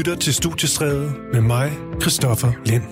lytter til Studiestræde med mig, Christoffer Lind.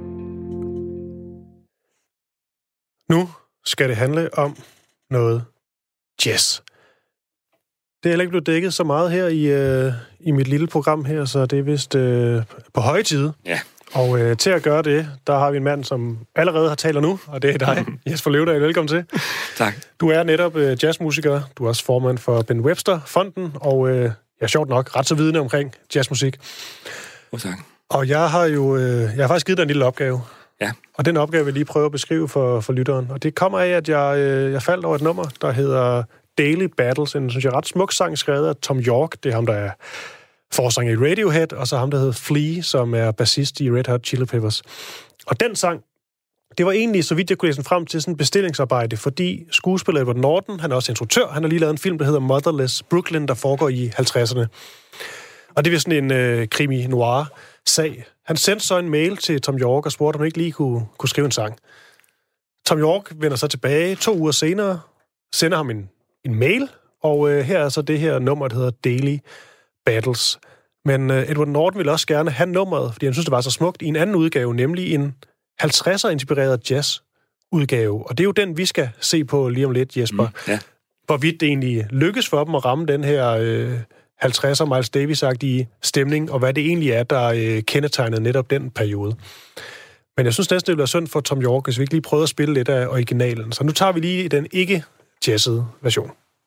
Nu skal det handle om noget jazz. Det er heller ikke blevet dækket så meget her i mit lille program her, så det er vist på høje tid. Ja. Og til at gøre det, der har vi en mand, som allerede har talt nu, og det er dig, Jesper Løvdahl. Velkommen til. Tak. Du er netop jazzmusiker. Du er også formand for Ben Webster-fonden, og sjovt nok ret så vidende omkring jazzmusik. Tak. Og jeg har faktisk givet dig en lille opgave. Ja. Og den opgave vil jeg lige prøve at beskrive for lytteren. Og det kommer af, at jeg faldt over et nummer, der hedder Daily Battles. En, synes jeg, ret smuk sang skrevet af Tom York. Det er ham, der er forsanger i Radiohead, og så ham, der hedder Flea, som er bassist i Red Hot Chili Peppers. Og den sang, det var egentlig, så vidt jeg kunne læse frem til, sådan et bestillingsarbejde, fordi skuespiller Edward Norton, han er også instruktør, han har lige lavet en film, der hedder Motherless Brooklyn, der foregår i 50'erne. Og det er sådan en krimi-noir-sag. Han sendte så en mail til Tom York og spurgte, om han ikke lige kunne skrive en sang. Tom York vender så tilbage 2 uger senere, sender ham en mail, og her er så det her nummer, der hedder Daily Battles. Men Edward Norton ville også gerne have nummeret, fordi han synes, det var så smukt, i en anden udgave, nemlig en 50'er-inspireret jazz-udgave. Og det er jo den, vi skal se på lige om lidt, Jesper. Ja. Hvorvidt det egentlig lykkes for dem at ramme den her 50'er Miles Davis-agtige stemning, og hvad det egentlig er, der kendetegnede netop den periode. Men jeg synes næsten, det ville være synd for Tom York, hvis vi ikke lige prøvede at spille lidt af originalen. Så nu tager vi lige den ikke-jazzede version.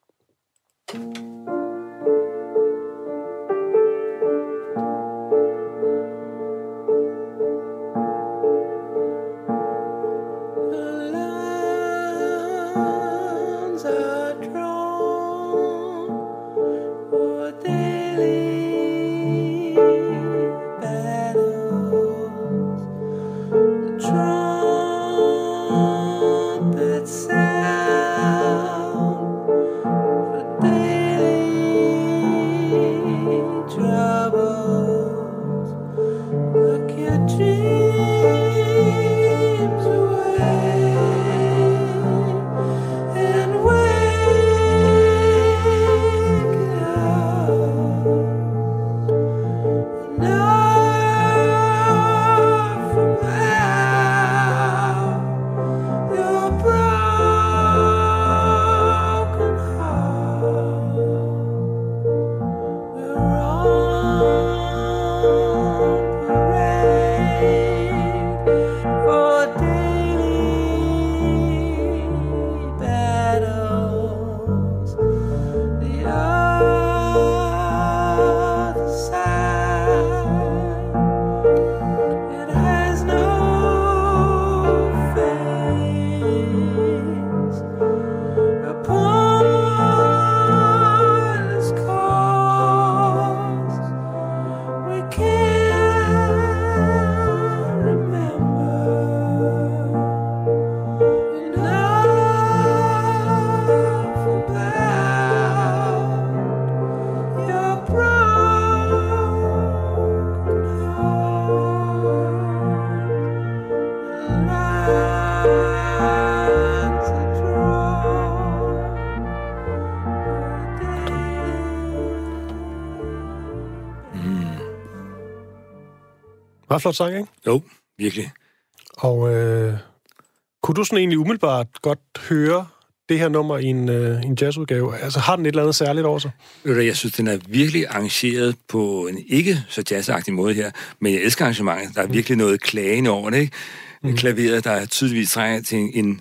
Meget flot sang, ikke? Jo, virkelig. Og kunne du sådan egentlig umiddelbart godt høre det her nummer i en jazzudgave? Altså, har den et eller andet særligt over sig? Jeg synes, den er virkelig arrangeret på en ikke så jazzagtig måde her, men jeg elsker arrangementet. Der er virkelig noget klagende over det, ikke? Klaveret, der er tydeligvis trænger til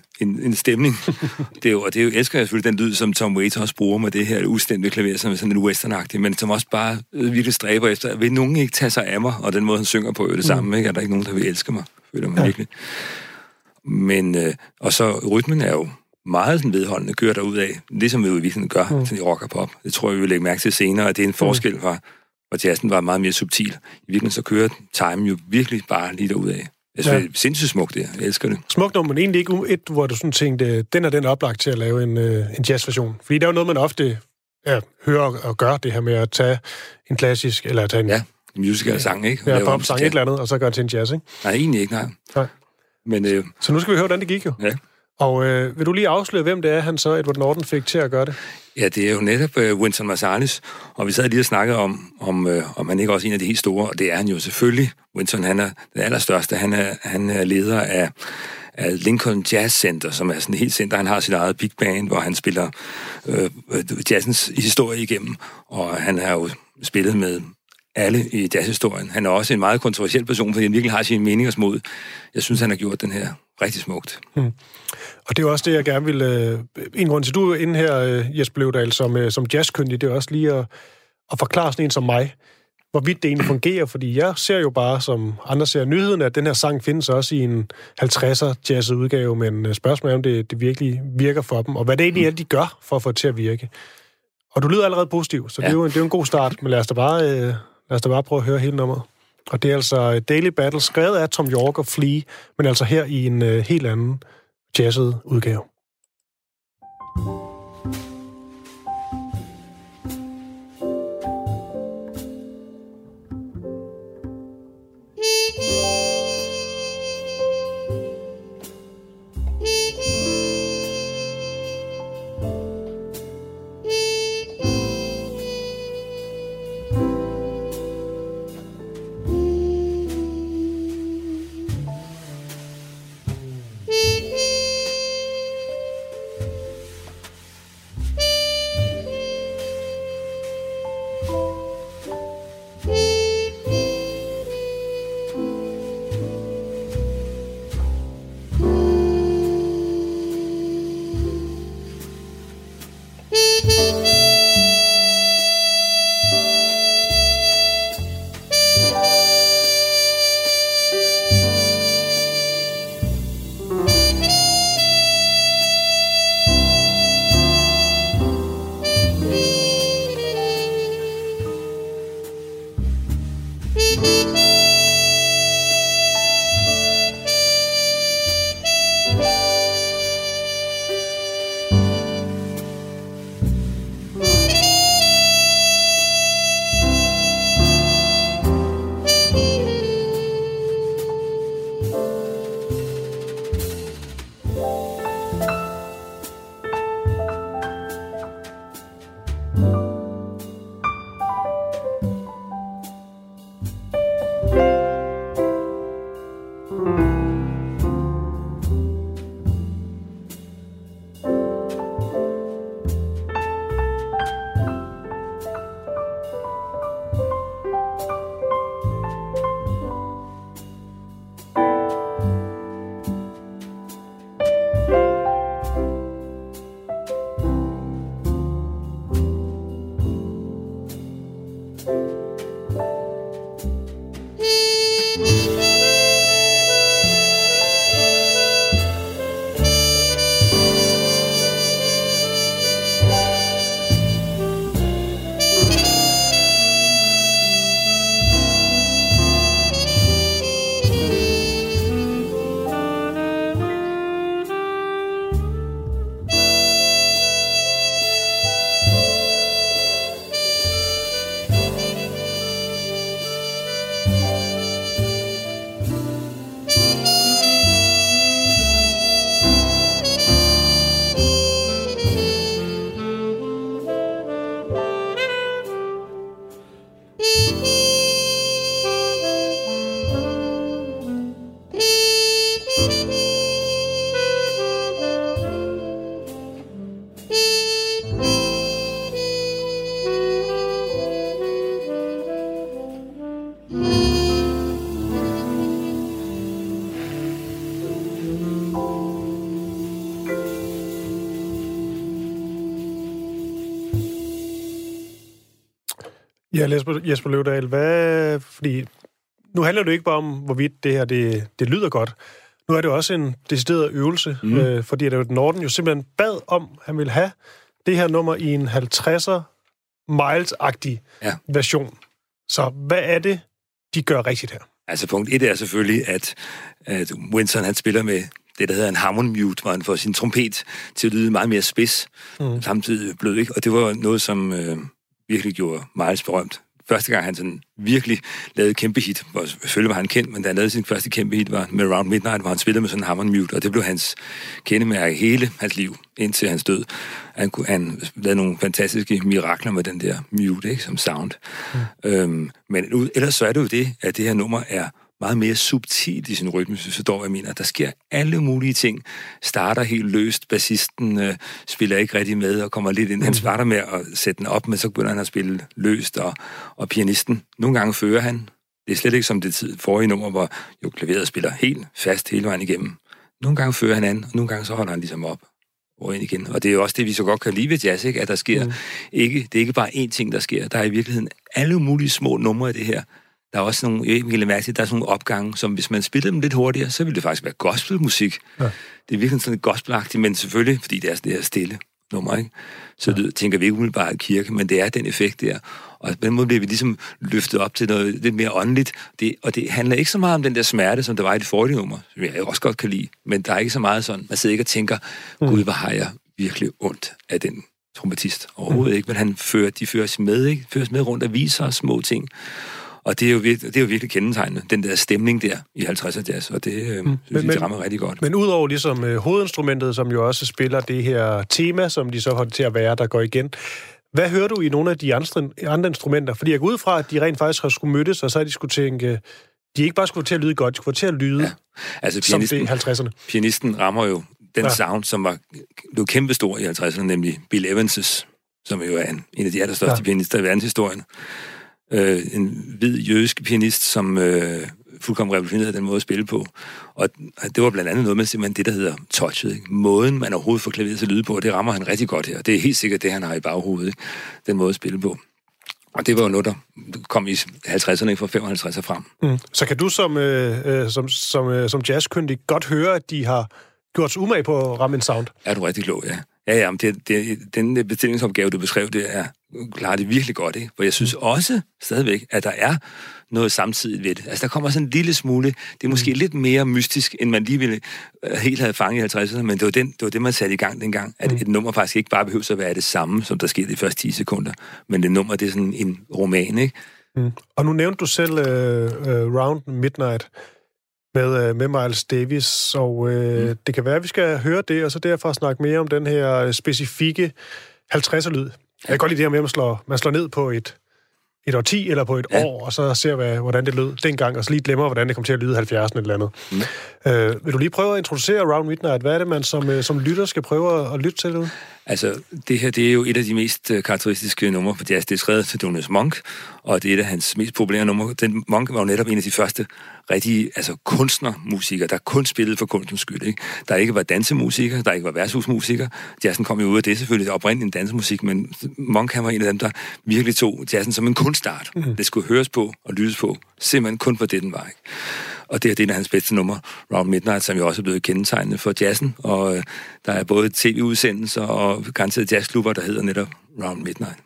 en stemning. Det er jo elsker jeg selvfølgelig den lyd, som Tom Waits også bruger med det her ustemte klaver, som er sådan lidt westernagtigt, men som også bare virkelig stræber efter, vil nogen ikke tage sig af mig, og den måde, han synger på, er det samme, ikke? Er der ikke nogen, der vil elske mig? Føler man virkelig. Men, og så rytmen er jo meget sådan vedholdende, kører derudad, ligesom vi jo i virkeligheden gør, sådan i rock og pop. Det tror jeg, vi vil lægge mærke til senere, og det er en forskel fra, hvor jazzen var meget mere subtil. I virkeligheden så kører time jo virkelig bare lige derudad. Det er sindssygt smukt, det. Jeg elsker det. Smukt nummer, men egentlig ikke hvor du sådan tænkte, den er den oplagt til at lave en jazzversion. Fordi der er jo noget, man ofte hører og gør, det her med at tage en klassisk, eller tage en musical sang, ikke? Ja, pop-sang, et eller andet, og så gøre det til en jazz, ikke? Nej, egentlig ikke, nej. Men, så nu skal vi høre, hvordan det gik jo. Ja. Og vil du lige afsløre, hvem det er, han så, Edward Norton, fik til at gøre det? Ja, det er jo netop Wynton Marsalis, og vi sad lige og snakkede om han ikke også er en af de helt store, og det er han jo selvfølgelig. Wynton, han er den allerstørste. Han er leder af Lincoln Jazz Center, som er sådan et helt center. Han har sit eget big band, hvor han spiller jazzens historie igennem, og han har jo spillet med alle i jazzhistorien. Han er også en meget kontroversiel person, fordi han virkelig har sine meningers mod. Jeg synes, han har gjort den her rigtig smukt. Og det er også det, jeg gerne vil... en grund til, du er inde her, Jesper Løvdahl, som jazzkyndig, det er også lige at forklare sådan en som mig, hvorvidt det egentlig fungerer, fordi jeg ser jo bare, som andre ser nyheden, at den her sang findes også i en 50'er jazzet udgave, men spørgsmålet er, om det virkelig virker for dem, og hvad det egentlig er, de gør for at få det til at virke. Og du lyder allerede positiv, så det er jo en god start, men lad os da bare prøve at høre hele nummeret. Og det er altså Daily Battle, skrevet af Tom York og Flea, men altså her i en helt anden jazzet udgave. Ja, Jesper Løvdahl, fordi nu handler det ikke bare om, hvorvidt det her det lyder godt. Nu er det også en decideret øvelse, fordi Edward Norton jo simpelthen bad om, han ville have det her nummer i en 50'er Miles-agtig version. Så hvad er det, de gør rigtigt her? Altså punkt 1 er selvfølgelig, at Wynton han spiller med det, der hedder en harmon mute, hvor han får sin trompet til at lyde meget mere spids, samtidig blød, ikke? Og det var noget, som virkelig gjorde Miles berømt. første gang, han sådan virkelig lavede kæmpe hit, hvor selvfølgelig var han kendt, men da han lavede sin første kæmpe hit, var med Around Midnight, hvor han spillede med sådan en Hammond Mute, og det blev hans kendemærke hele hans liv, indtil hans død. Han lavede nogle fantastiske mirakler med den der mute, ikke, som sound. Men ellers så er det jo det, at det her nummer er meget mere subtilt i sin rytme, så står jeg mener. Der sker alle mulige ting. Starter helt løst, bassisten spiller ikke rigtig med og kommer lidt ind. Han starter med at sætte den op, men så begynder han at spille løst, og pianisten, nogle gange fører han. Det er slet ikke som det forrige nummer, hvor jo klaveret spiller helt fast hele vejen igennem. Nogle gange fører han an, og nogle gange så holder han ligesom op og ind igen. Og det er jo også det, vi så godt kan lide ved jazz, ikke? At der sker det er ikke bare én ting, der sker. Der er i virkeligheden alle mulige små numre i det her. Der er også nogle, der er sådan nogle opgange, som hvis man spillede dem lidt hurtigere, så ville det faktisk være gospelmusik. Ja. Det er virkelig sådan gospelagtigt, men selvfølgelig, fordi det er det her stille nummer, ikke? Så tænker vi ikke umiddelbart i kirke, men det er den effekt der. Og på den måde bliver vi ligesom løftet op til noget lidt mere åndeligt. Og det handler ikke så meget om den der smerte, som der var i det forrige nummer, som jeg også godt kan lide. Men der er ikke så meget sådan, man sidder ikke og tænker, Gud, hvor har jeg virkelig ondt af den trompetist. Overhovedet ikke, men de føres med, ikke? Føres med rundt og viser små ting. Og det er jo virkelig kendetegnende, den der stemning der i 50'er jazz, og det synes jeg rammer rigtig godt. Men udover ligesom hovedinstrumentet, som jo også spiller det her tema, som de så har til at være, der går igen, hvad hører du i nogle af de andre instrumenter? Fordi jeg går ud fra, at de rent faktisk har skulle mødtes, og så har de skulle tænke, de ikke bare skulle til at lyde godt, de skulle til at lyde som det i 50'erne. Pianisten rammer jo den sound, som blev kæmpestor i 50'erne, nemlig Bill Evans', som jo er en af de allerstørste pianister i verdenshistorien. En hvid jødisk pianist, som fuldkommen revolutionerede den måde at spille på. Og det var blandt andet noget med simpelthen det, der hedder touchet. Ikke? Måden, man overhovedet får klaveret til at lyde på, det rammer han rigtig godt her. Det er helt sikkert det, han har i baghovedet, ikke? Den måde at spille på. Og det var jo noget, der kom i 50'erne fra 55'erne frem. Så kan du som jazzkyndig godt høre, at de har gjort sig umage på at ramme en sound? Er du rigtig klog, ja. Ja, men den bestillingsopgave, du beskrev, klarer det virkelig godt, ikke? For jeg synes også stadigvæk, at der er noget samtidigt ved det. Altså, der kommer sådan en lille smule, det er måske lidt mere mystisk, end man lige ville helt have fanget i 50'erne, men det var det, man satte i gang dengang, at et nummer faktisk ikke bare behøver at være det samme, som der skete de første 10 sekunder, men det nummer, det er sådan en roman, ikke? Og nu nævnte du selv Round Midnight med Miles Davis, og det kan være, at vi skal høre det, og så derfor snakke mere om den her specifikke 50'er-lyd. Jeg kan godt lide det her med, at man slår ned på et årti eller på et år, og så ser, hvordan det lød dengang, og så lige glemmer, hvordan det kom til at lyde i 70'erne eller andet. Vil du lige prøve at introducere Around Midnight? Hvad er det, man som lytter skal prøve at lytte til det? Altså, det her, det er jo et af de mest karakteristiske numre for jazz. Det er skrevet til Thelonious Monk, og det er et af hans mest populære numre. Den Monk var jo netop en af de første rigtige kunstnermusikere, der kun spillede for kunstens skyld, ikke? Der ikke var dansemusikere, der ikke var værtshusmusikere. Jazzen kom jo ud af det selvfølgelig, oprindeligt en dansemusik, men Monk, han var en af dem, der virkelig tog jazzen som en kunstart. Det skulle høres på og lydes på, simpelthen kun for det, den var, ikke? Og det er en af hans bedste numre, Round Midnight, som jo også er blevet kendetegnet for jazzen. Og der er både tv-udsendelser og garanteret jazzklubber, der hedder netop Round Midnight.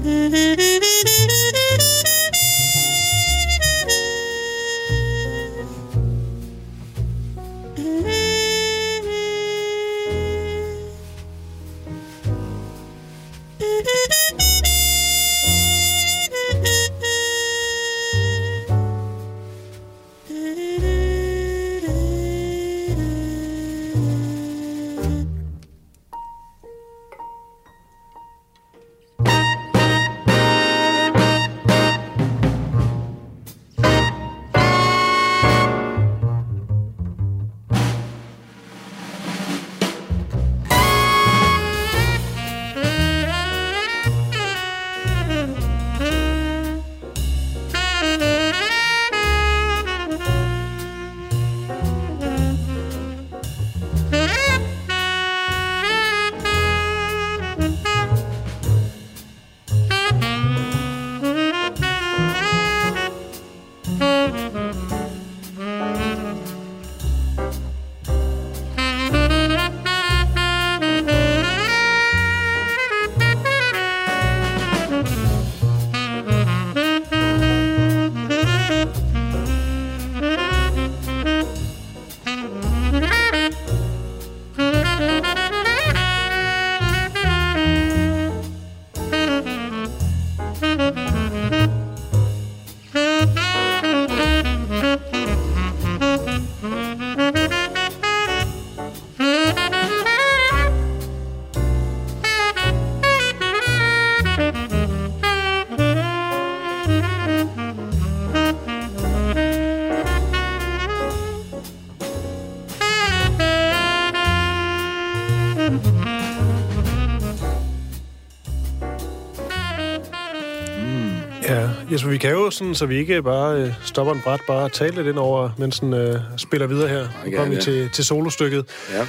Ja, Jesper, vi kan jo sådan, så vi ikke bare stopper en bræt, bare tale lidt ind over, mens den spiller videre her. Nu kommer vi til solostykket.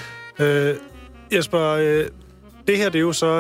Ja. Jesper, det her, det er jo så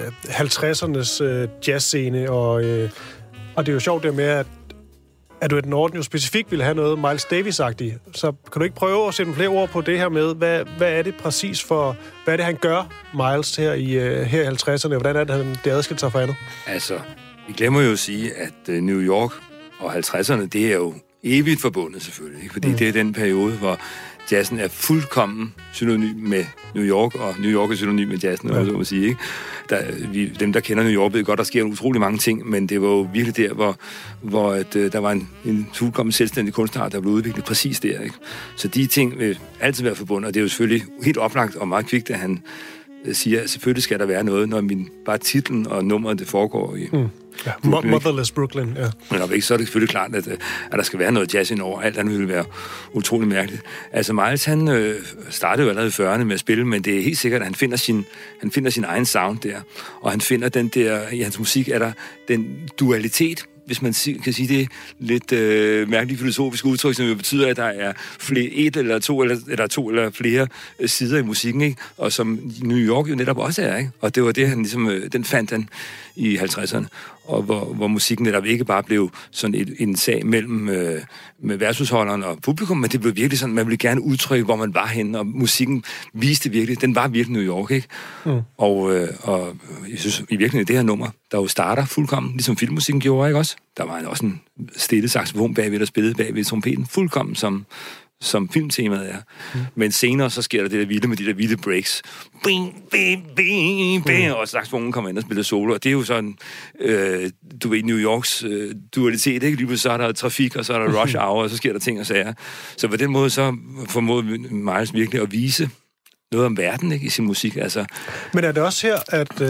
50'ernes jazzscene, og det er jo sjovt der med, at du Norton jo specifikt ville have noget Miles Davis-agtigt. Så kan du ikke prøve at sætte flere ord på det her med, hvad er det præcis for, hvad er det, han gør, Miles, her i 50'erne, og hvordan er det, det adskilt sig fra andet? Altså, vi glemmer jo at sige, at New York og 50'erne, det er jo evigt forbundet selvfølgelig, ikke? Fordi det er den periode, hvor jazzen er fuldkommen synonym med New York, og New York er synonym med jazzen, så må sige, ikke? Dem, der kender New York, ved godt, der sker utrolig mange ting, men det var jo virkelig der, hvor der var en fuldkommen selvstændig kunstart, der blev udviklet præcis der, ikke? Så de ting vil altid være forbundet, og det er jo selvfølgelig helt oplagt og meget kvikt, at han siger, at selvfølgelig skal der være noget, når bare titlen og nummeret, det foregår i ja, Motherless Brooklyn, ja. Men ikke, så er det selvfølgelig klart, at der skal være noget jazz indover. Alt andet ville være utrolig mærkeligt. Altså Miles, han startede jo allerede i 40'erne med at spille, men det er helt sikkert, at han finder sin egen sound der. Og han finder den der, i hans musik er der den dualitet, hvis man kan sige det lidt mærkeligt filosofisk udtryk, som betyder, at der er et eller to eller flere sider i musikken, ikke? Og som New York jo netop også er, ikke? Og det var det, han ligesom, den fandt han i 50'erne, og hvor musikken netop ikke bare blev sådan en sag mellem med værtshusholderen og publikum, men det blev virkelig sådan, man ville gerne udtrykke, hvor man var henne, og musikken viste virkelig, den var virkelig New York, ikke? Og jeg synes i virkeligheden, det her nummer, der jo starter fuldkommen, ligesom filmmusikken gjorde, ikke også? Der var også en stille saxofon bagved, der spillede bagved trompeten, fuldkommen som filmtemaet er. Men senere, så sker der det der vilde med de der vilde breaks. Bing, bing, bing, bing, og saxofonen kommer ind og spiller solo, og det er jo sådan, du ved, New Yorks dualitet, ikke? Lige så er der trafik, og så er der rush hour, og så sker der ting og sager. Så på den måde, så formåede Miles virkelig at vise noget om verden, ikke? I sin musik, altså. Men er det også her, at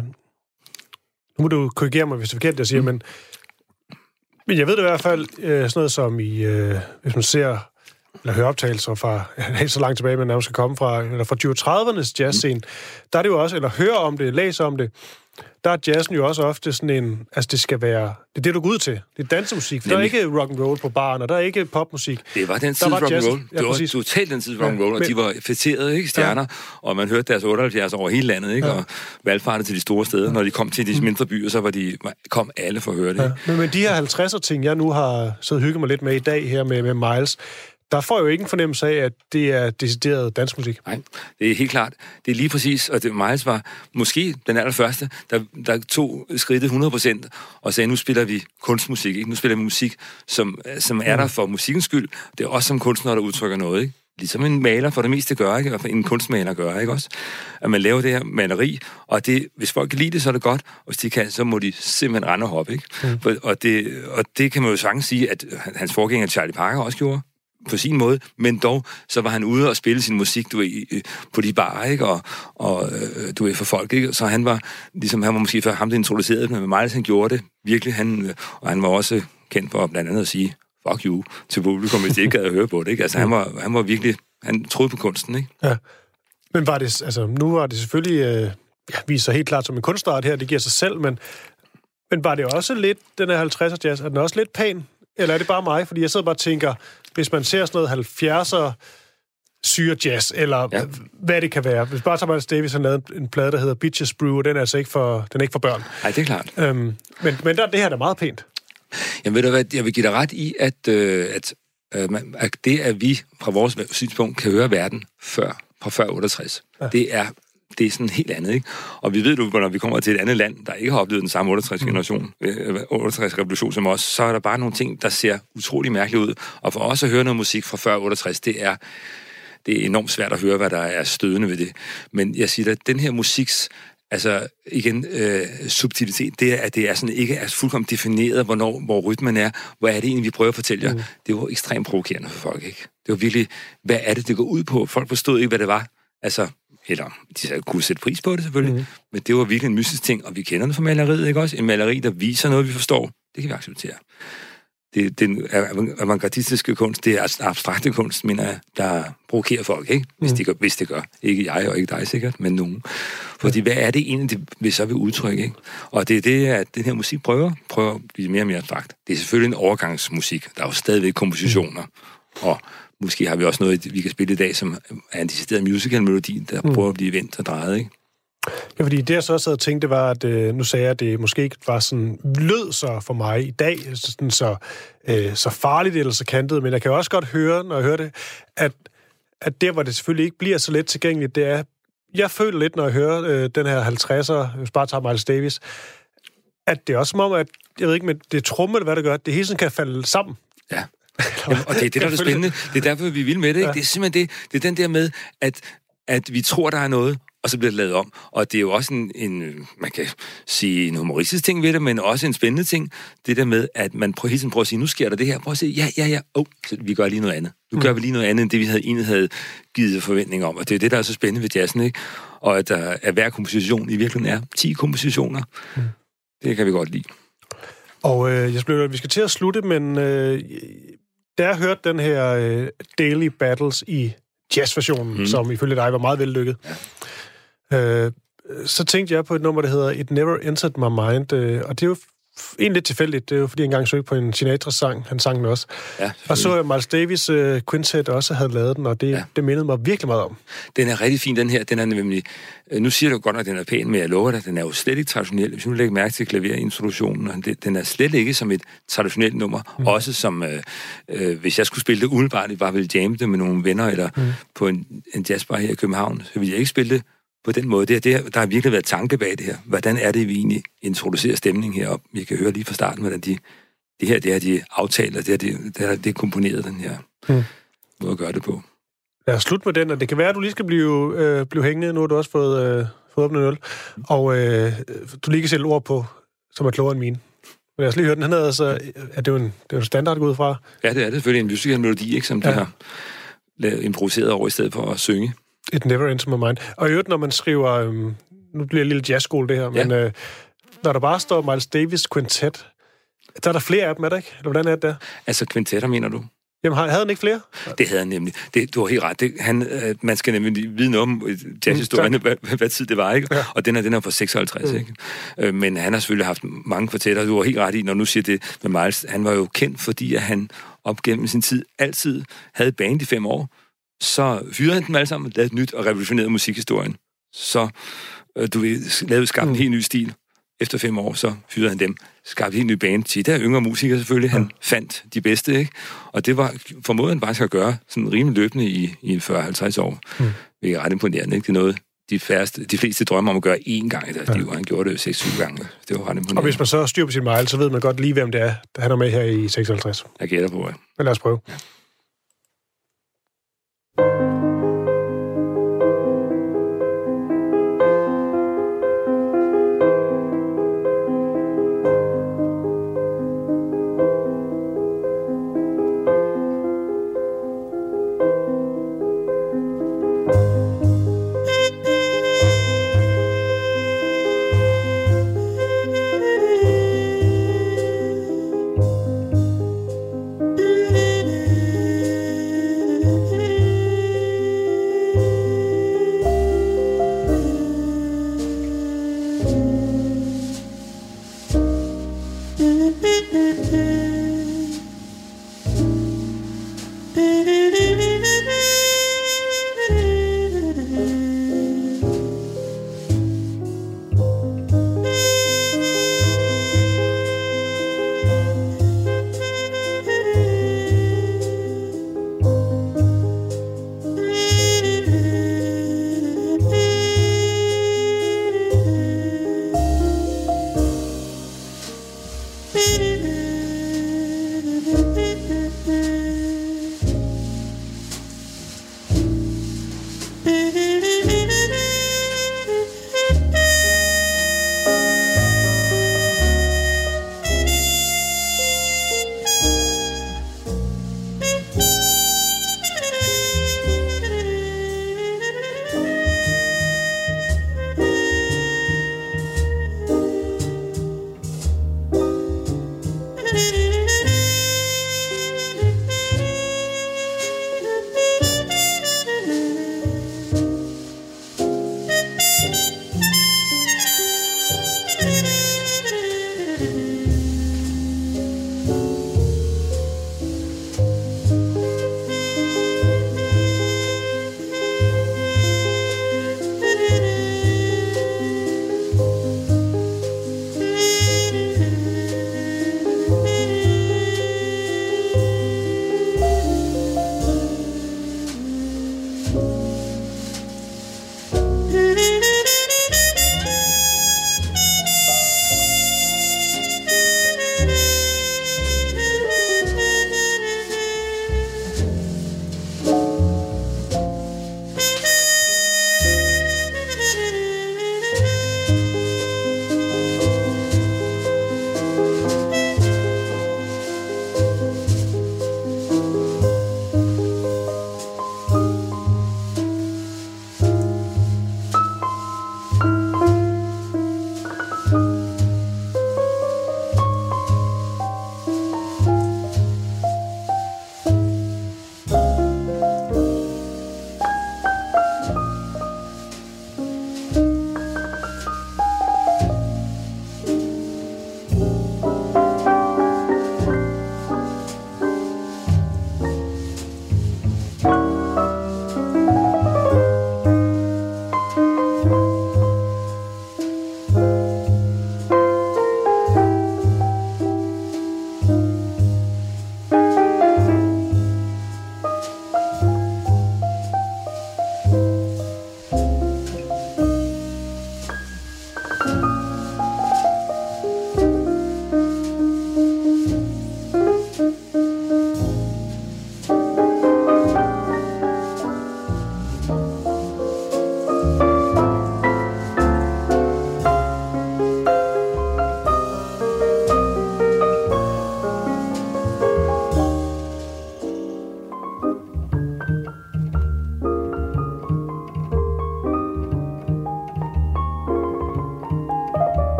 nu må du korrigere mig, hvis det er forkert, jeg siger, men jeg ved det i hvert fald, sådan noget som i, hvis man ser eller hører optagelser fra, helt så langt tilbage, men nærmest skal komme fra, eller fra 2030'ernes jazzscene, der er det jo også, eller hører om det, læser om det, der er jazzen jo også ofte sådan en, altså det skal være, det er det, du går ud til. Det er dansemusik, for der er ikke rock and roll på baren, og der er ikke popmusik. Det var den tid rock and roll. Det var totalt den tid rock and roll, og de var fætterede, ikke, stjerner, og man hørte deres 78 over hele landet, ikke, og valgfartede til de store steder. Når de kom til de mindre byer, så kom alle for at høre det. Ja. Men de her 50'er ting, jeg nu har siddet og hygget mig lidt med i dag her med Miles, der får jo ikke en fornemmelse af, at det er decideret dansmusik. Nej, det er helt klart. Det er lige præcis, og Miles var måske den allerførste, der tog skridtet 100% og sagde, nu spiller vi kunstmusik, ikke? Nu spiller vi musik, som er der for musikkens skyld. Det er også som kunstner, der udtrykker noget, ikke? Ligesom en maler for det meste gør, ikke? En kunstmaler gør, ikke også? At man laver det her maleri, og det, hvis folk kan lide det, så er det godt, og hvis de kan, så må de simpelthen rende og hoppe, ikke? Og det kan man jo sagtens sige, at hans forgænger Charlie Parker også gjorde på sin måde, men dog, så var han ude og spille sin musik, du ved, på de barer, ikke? Og du ved, for folk, ikke? Så han var måske for ham, der introducerede, men Miles, han gjorde det virkelig, og han var også kendt for blandt andet at sige, fuck you, til publikum, hvis de ikke gad at høre på det, ikke? Altså, han var virkelig, han troede på kunsten, ikke? Ja. Men var det, altså, nu var det selvfølgelig, viser helt klart som en kunstart her, det giver sig selv, men var det også lidt, den her 50'er jazz, er den også lidt pæn? Eller er det bare mig? Fordi jeg sidder bare og tænker, hvis man ser sådan noget 70'er syre jazz, eller hvad det kan være. Hvis bare tager Miles Davis har lavet en plade, der hedder Bitches Brew, og den er altså ikke for børn. Nej, det er klart. Men det her er meget pænt. Jamen ved du hvad, jeg vil give dig ret i, at det, at vi fra vores synspunkt kan høre verden fra før 68, det er sådan helt andet, ikke? Og vi ved jo, når vi kommer til et andet land, der ikke har oplevet den samme 68-revolution som os, så er der bare nogle ting, der ser utrolig mærkeligt ud. Og for os at høre noget musik fra før 68, det er enormt svært at høre, hvad der er stødende ved det. Men jeg siger at den her musiks, altså igen, subtilitet, det er, at det er sådan ikke er fuldkommen defineret, hvor rytmen er, hvor er det egentlig, vi prøver at fortælle jer. Det var ekstremt provokerende for folk, ikke? Det var virkelig, hvad er det går ud på? Folk forstod ikke, hvad det var. Altså, eller de kunne sætte pris på det selvfølgelig, men det var virkelig en mystisk ting, og vi kender det fra maleriet, ikke også? En maleri, der viser noget, vi forstår, det kan vi acceptere. Den avantgardistiske kunst, det er abstrakte kunst, mener jeg, der provokerer folk, ikke? Hvis det gør. Ikke jeg og ikke dig sikkert, men nogen. Fordi hvad er det egentlig, vi så vil udtrykke, ikke? Og det er det, at den her musik prøver at blive mere og mere abstrakt. Det er selvfølgelig en overgangsmusik. Der er jo stadigvæk kompositioner, og måske har vi også noget, vi kan spille i dag, som er en decideret musical-melodi, der prøver at blive vendt og drejet, ikke? Ja, fordi det, jeg så sad og tænkte, det var, at nu sagde jeg, at det måske ikke var sådan lød så for mig i dag, sådan så farligt eller så kantet, men jeg kan også godt høre, når jeg hører det, at der, hvor det selvfølgelig ikke bliver så let tilgængeligt, det er, jeg føler lidt, når jeg hører den her 50'er, hvis bare tager Miles Davis, at det er også som om, at, jeg ved ikke, men det er tromme, eller hvad det gør, det hele sådan kan falde sammen. Ja. Jamen, og det er det, der er spændende. Det er derfor, vi vil med det, ikke? Ja. Det er simpelthen det er den der med, at vi tror, der er noget, og så bliver det lavet om. Og det er jo også en man kan sige, en humoristisk ting ved det, men også en spændende ting. Det der med, at man hele tiden prøver at sige, nu sker der det her. Prøv at sige, ja. Så vi gør lige noget andet. Nu gør vi lige noget andet, end det, vi havde givet forventninger om. Og det er det, der er så spændende ved jazzen, ikke? Og at hver komposition i virkeligheden er 10 kompositioner. Det kan vi godt lide. Og vi skal til at slutte, men da jeg hørte den her Daily Battles i jazzversionen, som ifølge dig var meget vellykket, så tænkte jeg på et nummer, der hedder It Never Entered My Mind, og det er jo egentlig lidt tilfældigt. Det er jo, fordi jeg engang søgte på en Sinatra-sang. Han sang den også. Ja, og så Miles Davis Quintet også havde lavet den, og det mindede mig virkelig meget om. Den er rigtig fin, den her. Den er nemlig... Nu siger du godt nok, at den er pæn, men jeg lover dig, den er jo slet ikke traditionel. Hvis du lægger mærke til klaverintroductionen, den er slet ikke som et traditionelt nummer. Også som... hvis jeg skulle spille det umiddelbart, bare ville jamme det med nogle venner, eller på en jazzbar her i København, så ville jeg ikke spille det på den måde. Der har virkelig været tanke bag det her. Hvordan er det, vi egentlig introducerer stemningen herop? Vi kan høre lige fra starten, hvordan det her de aftaler, det er komponeret, den her måde at gøre det på. Lad os slutte med den, og det kan være, at du lige skal blive hængende. Nu har du også fået åbnet en øl. Og du lige kan sætte ord på, som er klogere end mine. Men lad os lige høre den. Han altså, er det jo en standard ud fra? Ja, det er det selvfølgelig en musical-melodi, ikke, som de har improviseret over i stedet for at synge. It never enter my mind. Og i øvrigt, når man skriver... nu bliver det lille jazzskole, det her, men når der bare står Miles Davis Quintet, der er der flere af dem, er der ikke? Eller hvordan er det der? Altså kvintetter, mener du? Jamen, havde han ikke flere? Det havde han nemlig. Du har helt ret. Man skal nemlig vide noget om jazzhistorien, hvad tid det var, ikke? Ja. Og den er fra 56, ikke? Men han har selvfølgelig haft mange kvartetter. Du har helt ret i, når du siger det med Miles. Han var jo kendt, fordi at han op gennem sin tid altid havde band i 5 år. Så fyrede han dem alle sammen, lavede nyt og revolutionerede musikhistorien. Så skabte en helt ny stil. efter 5 år, så fyrede han dem, skabte en ny band til. Der er yngre musikere selvfølgelig, han fandt de bedste, ikke? Og det var formåden han faktisk at gøre sådan rimelig løbende i 40-50 år. Det er ret imponerende, ikke? Det er noget, de fleste drømmer om at gøre én gang i deres liv, og han gjorde det 6-7 gange. Det var ret imponerende. Og hvis man så styrer på sin mile, så ved man godt lige, hvem det er, der han er med her i 56. Jeg gætter på, ja. Men lad os prøve. Ja.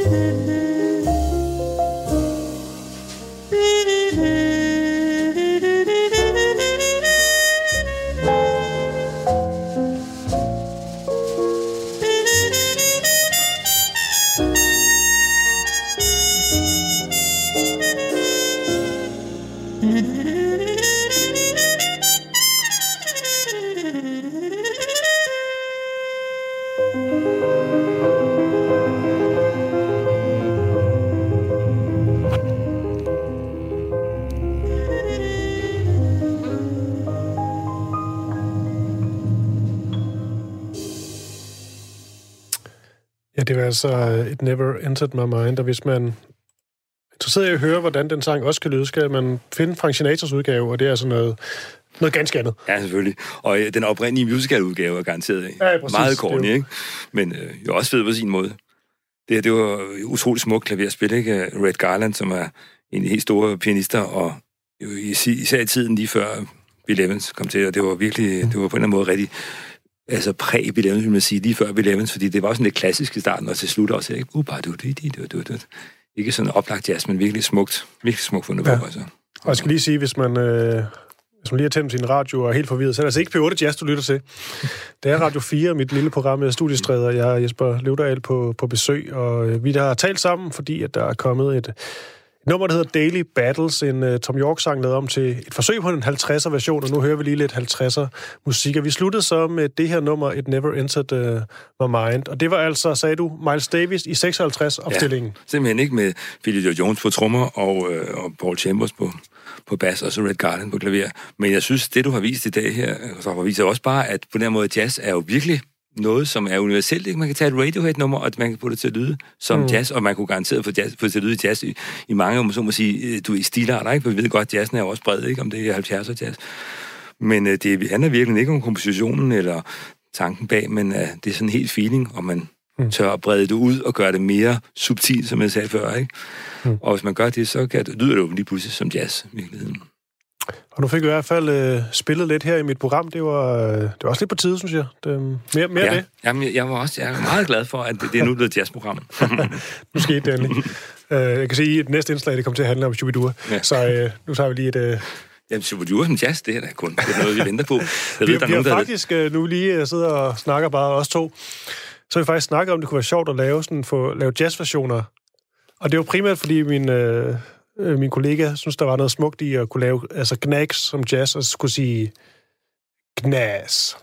Ja, det var altså It Never Entered My Mind, og hvis man er interesseret i at høre, hvordan den sang også kan lyde, skal man finde Frank Sinatras udgave, og det er altså noget ganske andet. Ja, selvfølgelig. Og den oprindelige musical-udgave er garanteret meget corny, ikke? Men jo også fed på sin måde. Det var utroligt smukt klaverspil, ikke? Red Garland, som er en af de helt store pianister, og især i tiden lige før Bill Evans kom til, og det var virkelig, det var på en eller anden måde rigtig, altså Bill Evans, vil man sige, lige før Bill Evans, fordi det var sådan lidt klassisk i starten, og til slut også, ikke? Ikke sådan oplagt jazz, men virkelig smukt fundet på, altså. Og jeg skal lige sige, hvis man lige har tændt sin radio og er helt forvirret, så er det altså ikke P8 Jazz, du lytter til. Det er Radio 4, mit lille program med Studiestræder. Jeg er Jesper Løvdahl på besøg, og vi der har talt sammen, fordi at der er kommet et nummer, der hedder Daily Battles, en Thom Yorke-sang lavet om til et forsøg på en 50'er-version, og nu hører vi lige lidt 50'er-musik. Og vi sluttede så med det her nummer, It Never Entered My Mind. Og det var altså, sagde du, Miles Davis i 56-opstillingen. Ja, simpelthen ikke med Philly Joe Jones på trommer og Paul Chambers på bas, og så Red Garland på klaver. Men jeg synes, det du har vist i dag her, så viser også bare, at på den måde jazz er jo virkelig noget, som er universelt. Ikke? Man kan tage et Radiohead-nummer, og man kan få det til at lyde som jazz, og man kunne garanteret få det til at lyde jazz i mange, så må sige, du er i stilarter, ikke? For vi ved godt, at jazzen er jo også bred, ikke? Om det er 70'er jazz. Men det handler virkelig ikke om kompositionen eller tanken bag, men det er sådan en helt feeling, og man tør at brede det ud og gøre det mere subtilt, som jeg sagde før, ikke? Og hvis man gør det, så lyder det jo lige pludselig som jazz i virkeligheden. Og nu fik jeg i hvert fald spillet lidt her i mit program. Det var også lidt på tide, synes jeg. Mere ja, det. Jamen, jeg er meget glad for, at det er nu blevet et jazzprogram. Nu skete det endelig. Jeg kan sige, at næste indslag, det kommer til at handle om Shubidua. Ja. Så nu tager vi lige et... Jamen, Shubidua som jazz, det er da kun det er noget, vi venter på. Vi har faktisk nu lige sidder og snakker bare os to. Så har vi faktisk snakket om, det kunne være sjovt at lave jazzversioner. Og det var primært, fordi min kollega synes, der var noget smukt i at kunne lave gnags som jazz, og skulle sige gnas.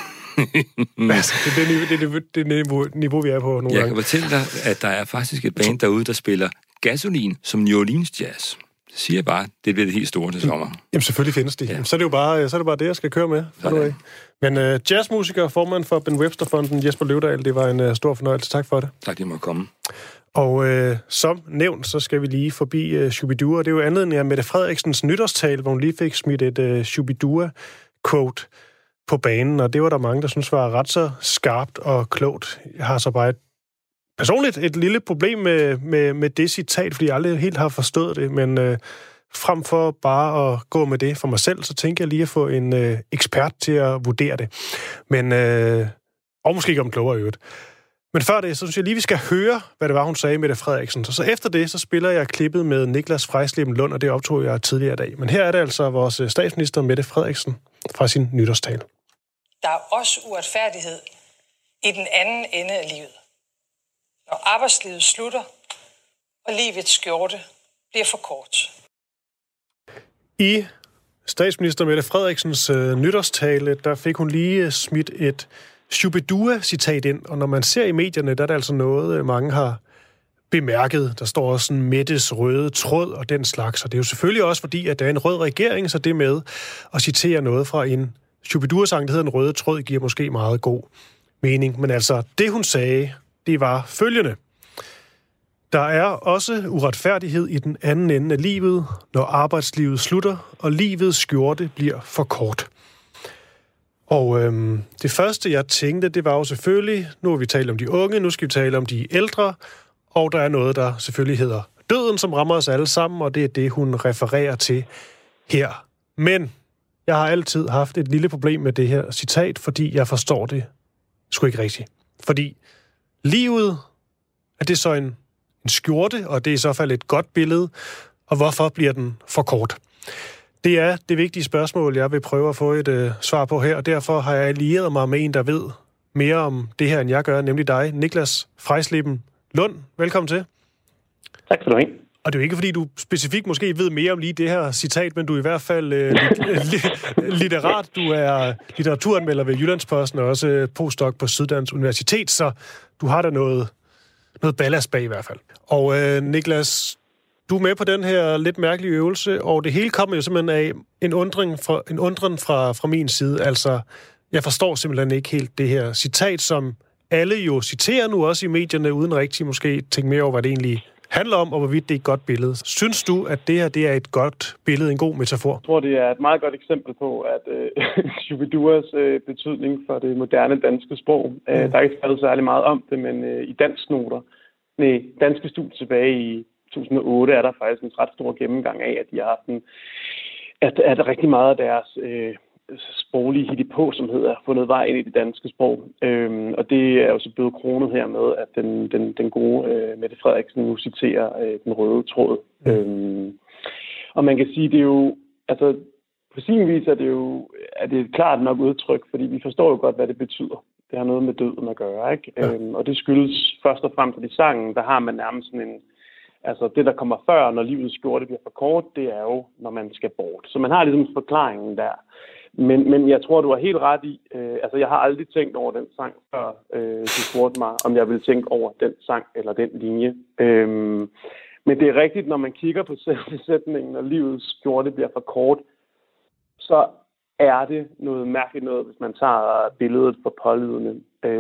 Det er det niveau, vi er på nogle gange. Jeg kan fortælle dig, at der er faktisk et band derude, der spiller Gasoline som New Orleans jazz. Det siger jeg bare, det bliver det helt store til sommer. Jamen selvfølgelig findes de. Ja. Så er det jo bare det, jeg skal køre med. Men jazzmusiker, formand for Ben Webster-fonden, Jesper Løvdahl, det var en stor fornøjelse. Tak for det. Tak, det må komme. Og som nævnt, så skal vi lige forbi Shubidua. Det er jo anledning af Mette Frederiksens nytårstal, hvor hun lige fik smidt et Shubidua-quote på banen, og det var der mange, der synes var ret så skarpt og klogt. Jeg har så bare personligt et lille problem med det citat, fordi jeg aldrig helt har forstået det, men frem for bare at gå med det for mig selv, så tænker jeg lige at få en ekspert til at vurdere det. Men, og måske ikke om klogere i øvrigt. Men før det, så synes jeg lige, vi skal høre, hvad det var, hun sagde, Mette Frederiksen. Så efter det, så spiller jeg klippet med Niklas Frejsleben Lund, og det optog jeg tidligere i dag. Men her er det altså vores statsminister, Mette Frederiksen, fra sin nytårstale. Der er også uretfærdighed i den anden ende af livet. Når arbejdslivet slutter, og livets skjorte bliver for kort. I statsminister Mette Frederiksens nytårstale, der fik hun lige smidt et Shubidua-citat ind, og når man ser i medierne, der er det altså noget, mange har bemærket. Der står også sådan Mettes røde tråd og den slags, og det er jo selvfølgelig også fordi, at der er en rød regering, så det med at citere noget fra en Shubidua-sang, der hedder En røde tråd, giver måske meget god mening. Men altså, det hun sagde, det var følgende. Der er også uretfærdighed i den anden ende af livet, når arbejdslivet slutter, og livets skjorte bliver for kort. Og det første, jeg tænkte, det var jo selvfølgelig, nu har vi talt om de unge, nu skal vi tale om de ældre, og der er noget, der selvfølgelig hedder døden, som rammer os alle sammen, og det er det, hun refererer til her. Men jeg har altid haft et lille problem med det her citat, fordi jeg forstår det sgu ikke rigtigt. Fordi livet, er det så en skjorte, og det er i så fald et godt billede, og hvorfor bliver den for kort? Det er det vigtige spørgsmål, jeg vil prøve at få et svar på her, og derfor har jeg allieret mig med en, der ved mere om det her, end jeg gør, nemlig dig, Niklas Freislieben Lund. Velkommen til. Tak skal du have. Og det er jo ikke, fordi du specifikt måske ved mere om lige det her citat, men du er i hvert fald litterat. Du er litteraturanmelder ved Jyllandsposten og også postdoc på Syddansk Universitet, så du har da noget ballast bag i hvert fald. Og Niklas, du er med på den her lidt mærkelige øvelse, og det hele kommer jo simpelthen af en undren fra min side. Altså, jeg forstår simpelthen ikke helt det her citat, som alle jo citerer nu også i medierne, uden rigtig måske tænke mere over, hvad det egentlig handler om, og hvorvidt det er et godt billede. Synes du, at det her det er et godt billede, en god metafor? Jeg tror, det er et meget godt eksempel på, at Shubiduas betydning for det moderne danske sprog. Der er ikke skrevet særlig meget om det, men i danske studier tilbage i 2008 er der faktisk en ret stor gennemgang af, at de har haft at rigtig meget af deres sproglige hittepåsomhed fundet vej ind i det danske sprog. Og det er jo så blevet kronet her med, at den gode Mette Frederiksen nu citerer den røde tråd. Og man kan sige, det er jo, altså på sin vis er det et klart nok udtryk, fordi vi forstår jo godt, hvad det betyder. Det har noget med døden at gøre, ikke? Ja. Og det skyldes først og fremmest, at i sangen, der har man nærmest sådan en, altså det, der kommer før, når livets skjorte bliver for kort, det er jo, når man skal bort. Så man har ligesom forklaringen der. Men jeg tror, du har helt ret i, altså jeg har aldrig tænkt over den sang før du spurgte mig, om jeg ville tænke over den sang eller den linje. Men det er rigtigt, når man kigger på sætningen, når livets skjorte bliver for kort, så er det noget mærkeligt noget, hvis man tager billedet for pålydende.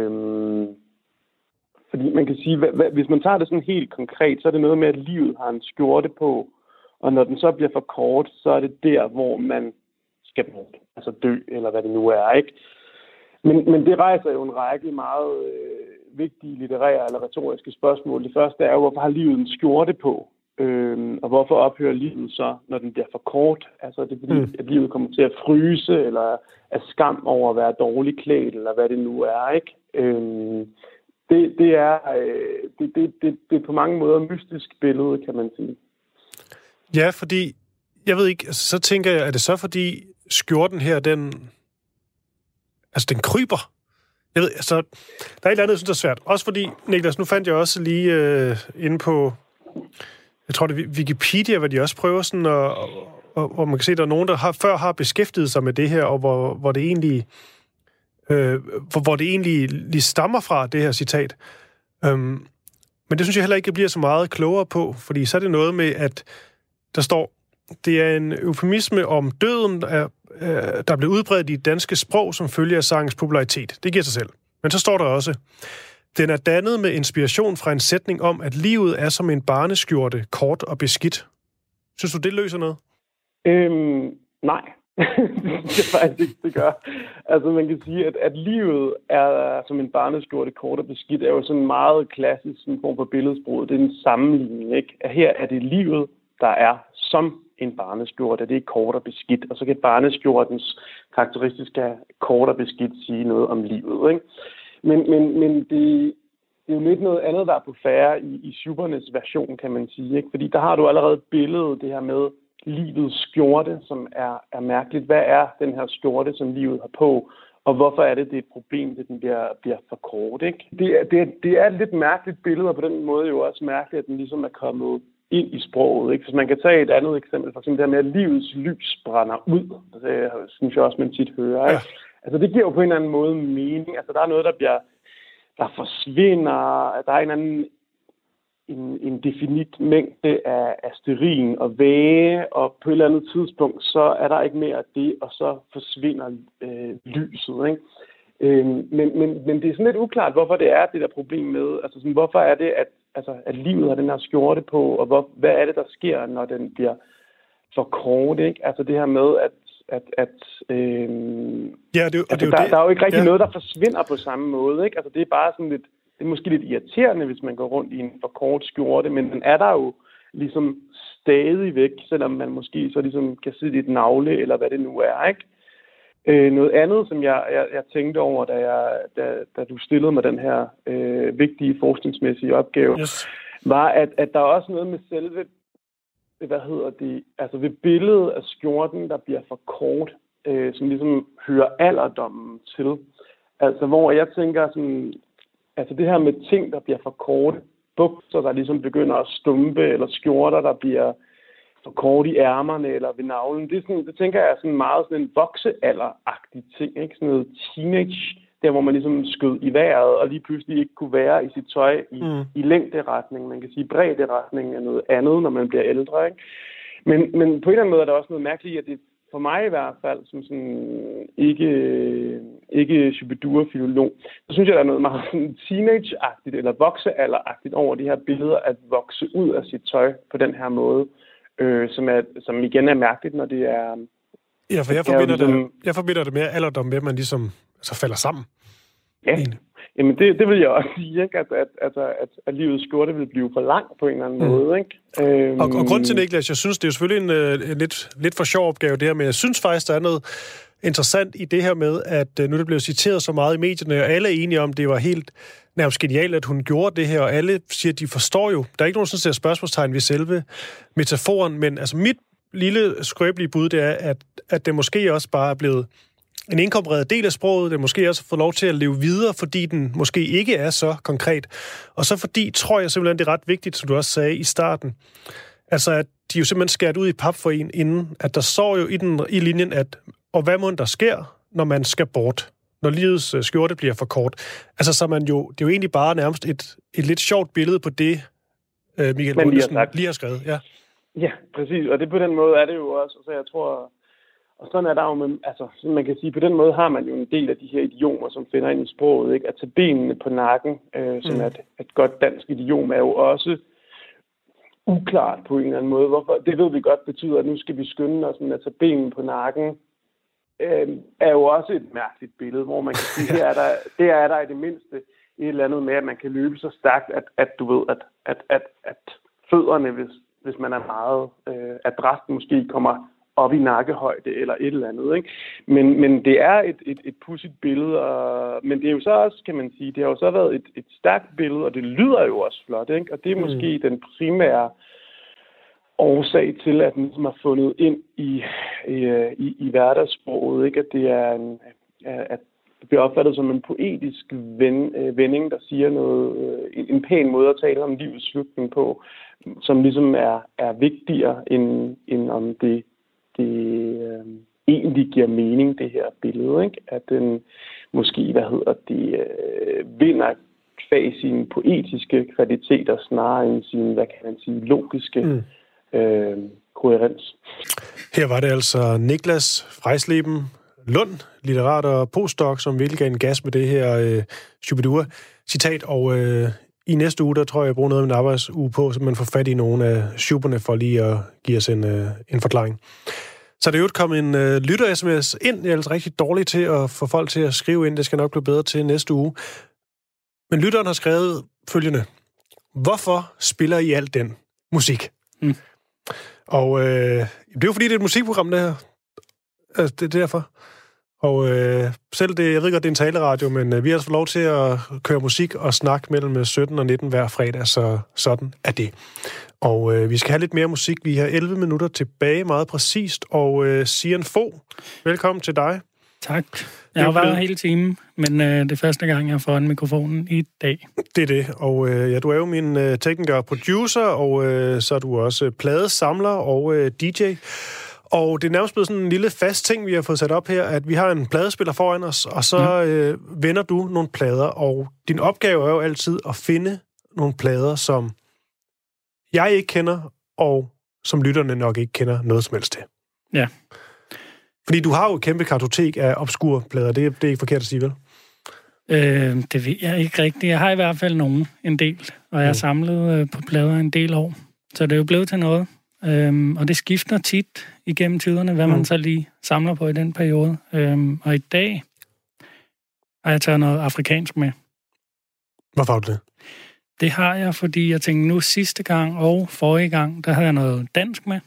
Fordi man kan sige, hvis man tager det sådan helt konkret, så er det noget med, at livet har en skjorte på, og når den så bliver for kort, så er det der, hvor man skal bort, altså dø, eller hvad det nu er, ikke? Men det rejser jo en række meget vigtige litterære eller retoriske spørgsmål. Det første er jo, hvorfor har livet en skjorte på? Og hvorfor ophører livet så, når den bliver for kort? Altså det er fordi, at livet kommer til at fryse, eller af skam over at være dårligt klædt, eller hvad det nu er, ikke? Det er på mange måder et mystisk billede, kan man sige. Ja, fordi, jeg ved ikke, så tænker jeg, er det så fordi skjorten her, den kryber? Jeg ved, altså, der er et eller andet, jeg synes, det er svært. Også fordi, Niklas, nu fandt jeg også lige inde på, jeg tror det er Wikipedia, hvor de også prøver sådan, og man kan se, at der er nogen, der før har beskæftiget sig med det her, og hvor det egentlig lige stammer fra, det her citat. Men det synes jeg heller ikke, jeg bliver så meget klogere på, fordi så er det noget med, at der står, det er en eufemisme om døden, der blev udbredt i det danske sprog som følge af sangens popularitet. Det giver sig selv. Men så står der også, den er dannet med inspiration fra en sætning om, at livet er som en barneskjorte, kort og beskidt. Synes du, det løser noget? Nej. Det er faktisk ikke, det gør. Altså man kan sige, at livet er som en barneskjorte, kort og beskidt, er jo sådan en meget klassisk form for billedsprog. Det er en sammenligning, ikke? Her er det livet, der er som en barneskjorte, det er kort og beskidt, og så kan barneskjortens karakteristiske kort og beskidt sige noget om livet, ikke? Men det er jo lidt noget andet, der er på færre i Schuberts version, kan man sige, ikke? Fordi der har du allerede billedet det her med livets skjorte, som er mærkeligt. Hvad er den her skjorte, som livet har på, og hvorfor er det et problem, at den bliver for kort, ikke? Det er et lidt mærkeligt billede, og på den måde jo også mærkeligt, at den ligesom er kommet ind i sproget, ikke? Så man kan tage et andet eksempel, for eksempel det her med, at livets lys brænder ud. Det synes jeg også, man tit hører, ikke? Ja. Altså det giver jo på en eller anden måde mening. Altså der er noget, der forsvinder, der er en anden en definit mængde af stearin og væge, og på et eller andet tidspunkt, så er der ikke mere af det, og så forsvinder lyset, ikke? Men det er sådan lidt uklart, hvorfor det er det der problem med, altså sådan, hvorfor er det, at livet har den her skjorte på, og hvad er det, der sker, når den bliver for kort, ikke? Altså det her med, der er jo ikke rigtig noget, der forsvinder på samme måde, ikke? Altså det er bare sådan lidt, det er måske lidt irriterende, hvis man går rundt i en for kort skjorte, men den er der jo ligesom stadigvæk, selvom man måske så ligesom kan sidde i et navle, eller hvad det nu er, ikke? Noget andet, som jeg tænkte over, da du stillede mig den her vigtige forskningsmæssige opgave, yes. var, at der er også noget med selve, altså ved billedet af skjorten, der bliver for kort, som ligesom hører alderdommen til. Altså, hvor jeg tænker sådan, altså det her med ting, der bliver for korte, bukser, der ligesom begynder at stumpe, eller skjorter, der bliver for kort i ærmerne eller ved navlen, det tænker jeg er sådan meget sådan en voksealderagtig ting, ikke? Sådan noget teenage, der hvor man ligesom skød i vejret, og lige pludselig ikke kunne være i sit tøj i længderetning. Man kan sige, bredderetning er noget andet, når man bliver ældre, ikke? Men på en eller anden måde er der også noget mærkeligt, at det for mig i hvert fald, som sådan ikke Shubidua-filolog, så synes jeg, der er noget meget sådan teenage-agtigt eller voksealderagtigt over de her billeder, at vokse ud af sit tøj på den her måde, som igen er mærkeligt, når det er... Ja, for jeg forbinder det med alderdom med, at man ligesom så falder sammen. Ja, jamen det vil jeg også sige, ikke? At livets skjorte vil blive for lang på en eller anden måde. Ikke? Og grund til, Niklas, jeg synes, det er selvfølgelig en lidt for sjov opgave, det her, men jeg synes faktisk, der er noget interessant i det her med, at nu er det blevet citeret så meget i medierne, og alle er enige om, det var helt nærmest genialt, at hun gjorde det her, og alle siger, at de forstår jo. Der er ikke nogen, der ser spørgsmålstegn ved selve metaforen, men altså mit lille skrøbelige bud, det er, at det måske også bare er blevet en inkorporeret del af sproget, det måske også har fået lov til at leve videre, fordi den måske ikke er så konkret. Og så fordi, tror jeg simpelthen, det er ret vigtigt, som du også sagde i starten, altså at de jo simpelthen skært ud i pap for en inden, at der står jo i linjen, at og hvad må der sker, når man skal bort, når livets skjorte bliver for kort. Altså så det er jo egentlig bare nærmest et lidt sjovt billede på det, Michael Bundesen lige har skrevet. Ja, præcis, og det på den måde er det jo også, så jeg tror... Og sådan er der jo, altså man kan sige, på den måde har man jo en del af de her idiomer, som finder ind i sproget, ikke? At tage benene på nakken, som er et godt dansk idiom, er jo også uklart på en eller anden måde. Hvorfor? Det ved vi godt betyder, at nu skal vi skynde os, men at tage benene på nakken er jo også et mærkeligt billede, hvor man kan sige, det er der i det mindste et eller andet med, at man kan løbe så stærkt, at du ved, at fødderne, hvis man er meget adræt, måske kommer op i nakkehøjde eller et eller andet, ikke? Men det er et pudsigt billede, men det er jo så også, kan man sige, det har jo så været et stærkt billede, og det lyder jo også flot, ikke? Og det er måske den primære årsag til, at den har fundet ind i hverdagssproget, ikke? At det er at det bliver opfattet som en poetisk vending, der siger noget, en pæn måde at tale om livets slutning på, som ligesom er vigtigere end om det egentlig giver mening, det her billede, ikke? At den måske, vinder kvæg sine poetiske kvaliteter, snarere end sin, logiske koherens. Her var det altså Niklas Frejsleben Lund, litterat og postdoc, som virkelig gav en gas med det her Shubidua-citat, og i næste uge, der tror jeg bruger noget af min arbejdsuge på, så man får fat i nogle af Schuberne for lige at give os en forklaring. Så der er jo kommet en lytter-sms ind. Jeg er altså rigtig dårlig til at få folk til at skrive ind. Det skal nok blive bedre til næste uge. Men lytteren har skrevet følgende. Hvorfor spiller I alt den musik? Og det er jo fordi, det er et musikprogram, det her. Altså, det er derfor. Og selv det, jeg ved godt, det er en taleradio, men vi har altså fået lov til at køre musik og snakke mellem 17 og 19 hver fredag, så sådan er det. Og vi skal have lidt mere musik. Vi har 11 minutter tilbage, meget præcist. Og Sian Fogh, velkommen til dig. Tak. Jeg har været hele timen, men det er første gang, jeg får en mikrofonen i dag. Det er det. Og du er jo min tekniker og producer, og så er du også pladesamler og DJ. Og det er nærmest blevet sådan en lille fast ting, vi har fået sat op her, at vi har en pladespiller foran os, og så vender du nogle plader, og din opgave er jo altid at finde nogle plader, som jeg ikke kender, og som lytterne nok ikke kender noget som helst til. Ja. Fordi du har jo et kæmpe kartotek af obskure plader, det er ikke forkert at sige, vel? Det ved jeg ikke rigtigt. Jeg har i hvert fald en del, og jeg har samlet på plader en del år. Så det er jo blevet til noget. Og det skifter tit igennem tiderne, hvad man så lige samler på i den periode. Og i dag har jeg taget noget afrikansk med. Hvorfor har du det? Det har jeg, fordi jeg tænkte, nu sidste gang og forrige gang, der havde jeg noget dansk med.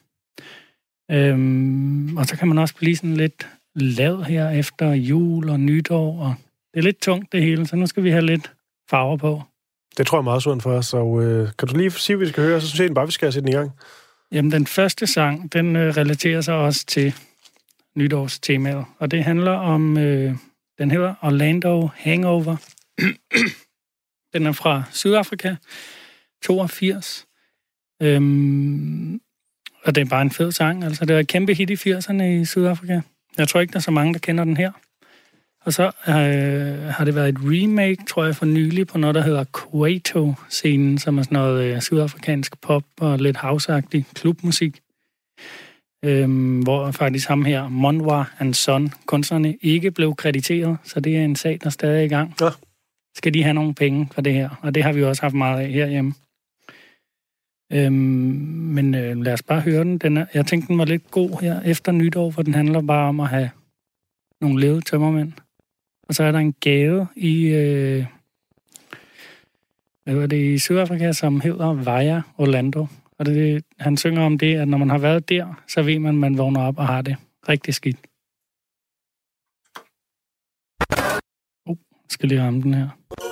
Og så kan man også blive sådan lidt lav her efter jul og nytår, og det er lidt tungt det hele, så nu skal vi have lidt farver på. Det tror jeg er meget sundt for os. Så kan du lige sige, hvad vi skal høre, så synes jeg bare, vi skal sætte den i gang. Jamen, den første sang, den relaterer sig også til nytårstemaet, og det handler om, den hedder Orlando Hangover. Den er fra Sydafrika, 82. Og det er bare en fed sang, altså det var et kæmpe hit i 80'erne i Sydafrika. Jeg tror ikke, der er så mange, der kender den her. Og så har det været et remake, tror jeg, for nylig på noget, der hedder Kwaito-scenen, som er sådan noget sydafrikansk pop og lidt house-agtig klubmusik. Hvor faktisk ham her, Monwa and Son, kunstnerne, ikke blev krediteret, så det er en sag, der stadig er i gang. Ja. Skal de have nogle penge for det her? Og det har vi også haft meget af herhjemme. Men lad os bare høre den. Jeg tænkte, den var lidt god her efter nytår, for den handler bare om at have nogle levede tømmermænd. Og så er der en gade i Sydafrika, som hedder Vaya Orlando. Og han synger om det, at når man har været der, så ved man, at man vågner op og har det rigtig skidt. Skal lige ramme den her.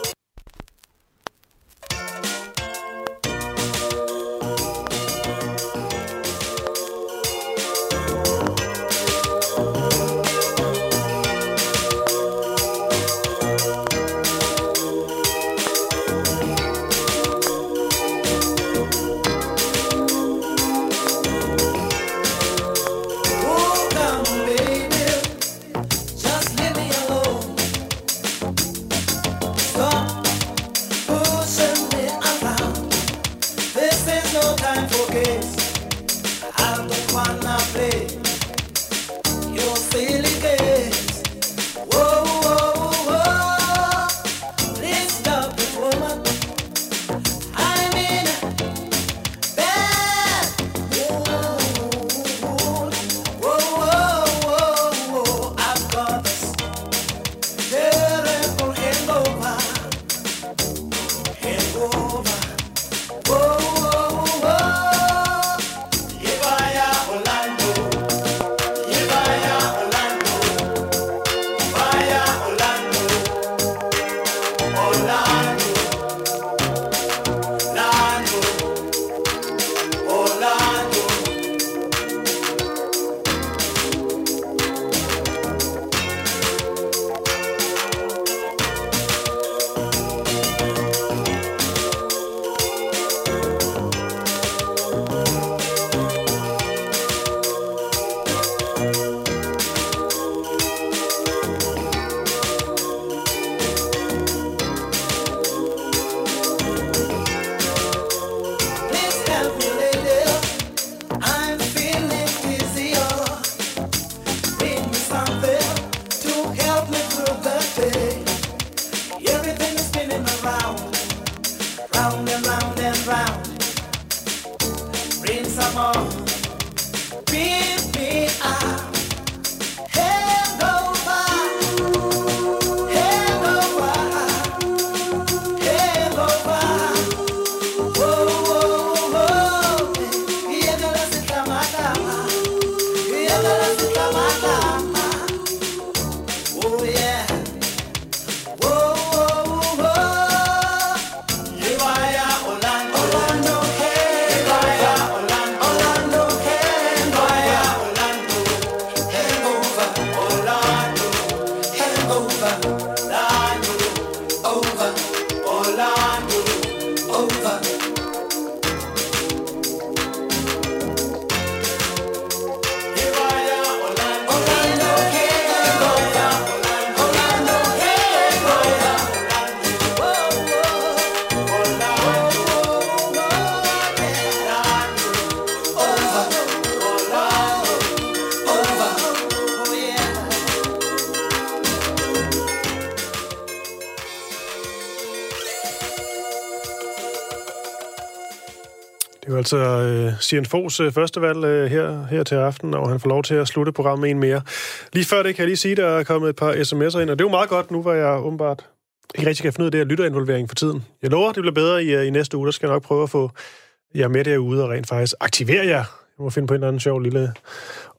Det er altså Sian Foghs første valg her til aften, og han får lov til at slutte programmet med en mere. Lige før det kan jeg lige sige, at der er kommet et par sms'er ind, og det er jo meget godt nu, hvor jeg åbenbart ikke rigtig kan finde ud af det her lytterinvolvering for tiden. Jeg lover, det bliver bedre i næste uge. Der skal jeg nok prøve at få jer med derude og rent faktisk aktivere jer. Jeg må finde på en eller anden sjov lille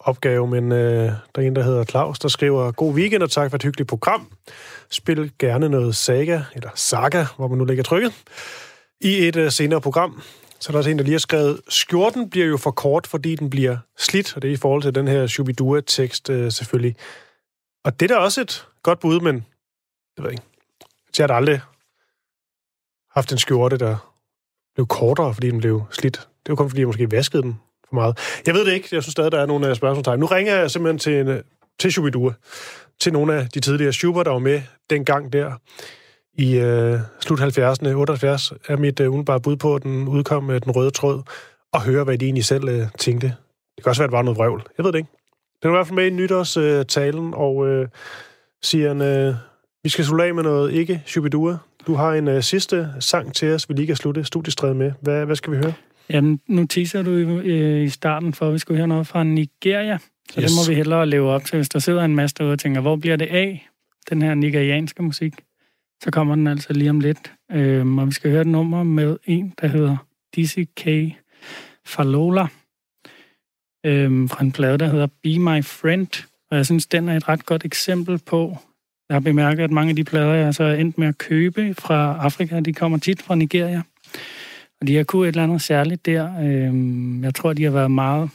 opgave, men der er en, der hedder Claus, der skriver, god weekend og tak for et hyggeligt program. Spil gerne noget Saga, hvor man nu lægger trykket, i et senere program. Så der er også en, der lige har skrevet, skjorten bliver jo for kort, fordi den bliver slidt, og det er i forhold til den her Shubidua-tekst selvfølgelig. Og det er da også et godt bud, men jeg ved ikke. Jeg har da aldrig haft en skjorte, der blev kortere, fordi den blev slidt. Det var kun fordi, jeg måske vaskede den for meget. Jeg ved det ikke. Jeg synes stadig, der er nogle spørgsmålstegn. Nu ringer jeg simpelthen til Shubidua. Til nogle af de tidligere Shuber, der var med dengang der i slut 70'erne. 78 er mit umiddelbare bud på, at den udkom med den røde tråd, og høre, hvad de egentlig selv tænkte. Det kan også være, at det var noget vrøvl. Jeg ved det ikke. Den er i hvert fald med i nytårstalen, og siger vi skal slutte af med noget ikke Shubidua. Du har en sidste sang til os, vi lige kan slutte studiestrædet med. Hvad skal vi høre? Jamen, nu teaser du i starten for, at vi skulle høre noget fra Nigeria. Så det må vi hellere leve op til. Hvis der sidder en masse derude og tænker, hvor bliver det af, den her nigerianske musik? Så kommer den altså lige om lidt. Og vi skal høre et nummer med en, der hedder DCK Falola. Fra en plade, der hedder Be My Friend. Og jeg synes, den er et ret godt eksempel på. Jeg har bemærket, at mange af de plader, jeg så er endt med at købe fra Afrika, de kommer tit fra Nigeria. Og de har kunnet et eller andet særligt der. Jeg tror, de har været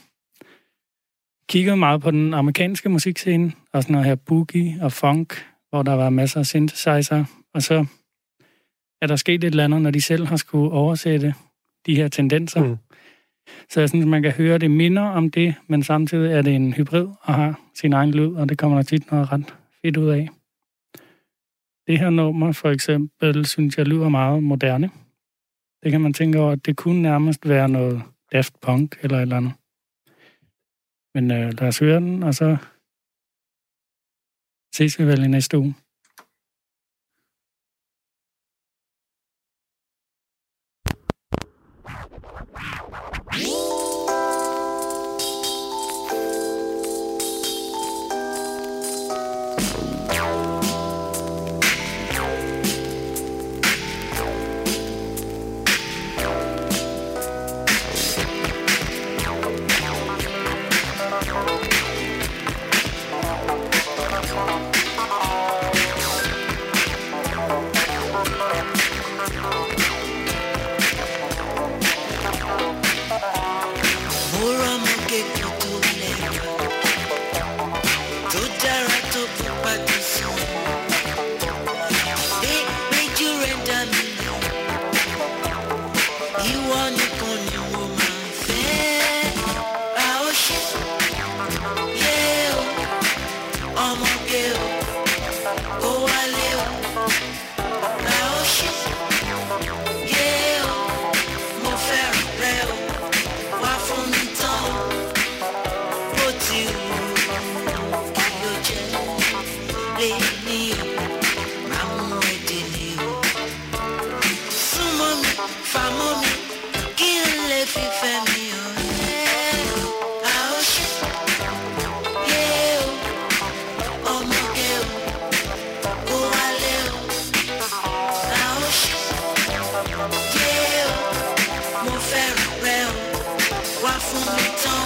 kigget meget på den amerikanske musikscene. Og sådan noget her boogie og funk, hvor der var masser af synthesizer. Og så er der sket et eller andet, når de selv har skulle oversætte de her tendenser. Mm. Så jeg synes, man kan høre, det minder om det, men samtidig er det en hybrid og har sin egen lyd, og det kommer der tit noget ret fedt ud af. Det her nummer, for eksempel, synes jeg lyder meget moderne. Det kan man tænke over, at det kunne nærmest være noget Daft Punk eller et eller andet. Men lad os høre den, og så ses vi vel i næste uge. Why for me,